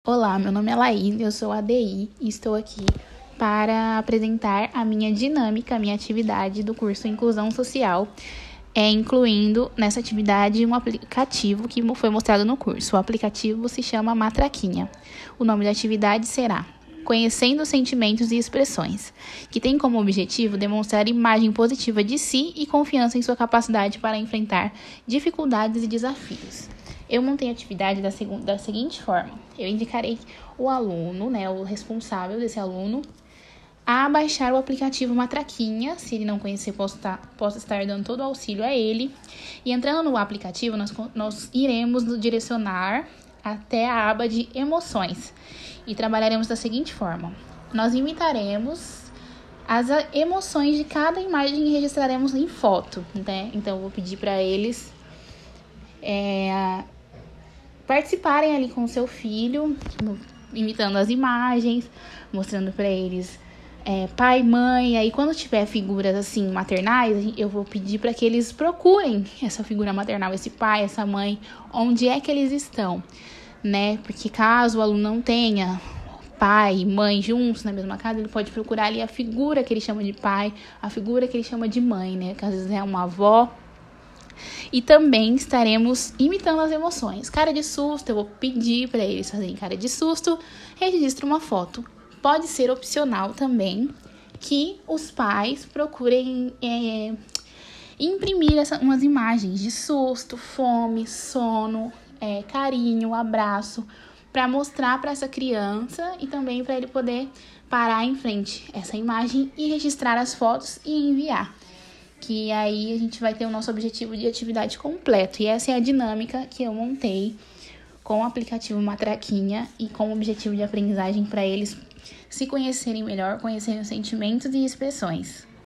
Olá, meu nome é Laís, eu sou ADI e estou aqui para apresentar a minha dinâmica, a minha atividade do curso Inclusão Social, incluindo nessa atividade um aplicativo que foi mostrado no curso. O aplicativo se chama Matraquinha. O nome da atividade será Conhecendo Sentimentos e Expressões, que tem como objetivo demonstrar imagem positiva de si e confiança em sua capacidade para enfrentar dificuldades e desafios. Eu montei a atividade da seguinte forma. Eu indicarei o aluno, o responsável desse aluno, a baixar o aplicativo Matraquinha. Se ele não conhecer, posso estar dando todo o auxílio a ele. E entrando no aplicativo, nós iremos nos direcionar até a aba de emoções. E trabalharemos da seguinte forma. Nós imitaremos as emoções de cada imagem e registraremos em foto, né? Então, eu vou pedir para eles participarem ali com o seu filho, imitando as imagens, mostrando para eles pai, mãe. Aí quando tiver figuras assim maternais, eu vou pedir para que eles procurem essa figura maternal, esse pai, essa mãe, onde é que eles estão, né? Porque caso o aluno não tenha pai e mãe juntos na mesma casa, ele pode procurar ali a figura que ele chama de pai, a figura que ele chama de mãe, né? Que às vezes é uma avó. E também estaremos imitando as emoções. Cara de susto, eu vou pedir para eles fazerem cara de susto, registre uma foto. Pode ser opcional também que os pais procurem imprimir umas imagens de susto, fome, sono, carinho, abraço, para mostrar para essa criança e também para ele poder parar em frente essa imagem e registrar as fotos e enviar. Que aí a gente vai ter o nosso objetivo de atividade completo. E essa é a dinâmica que eu montei com o aplicativo Matraquinha e com o objetivo de aprendizagem para eles se conhecerem melhor, conhecerem os sentimentos e expressões.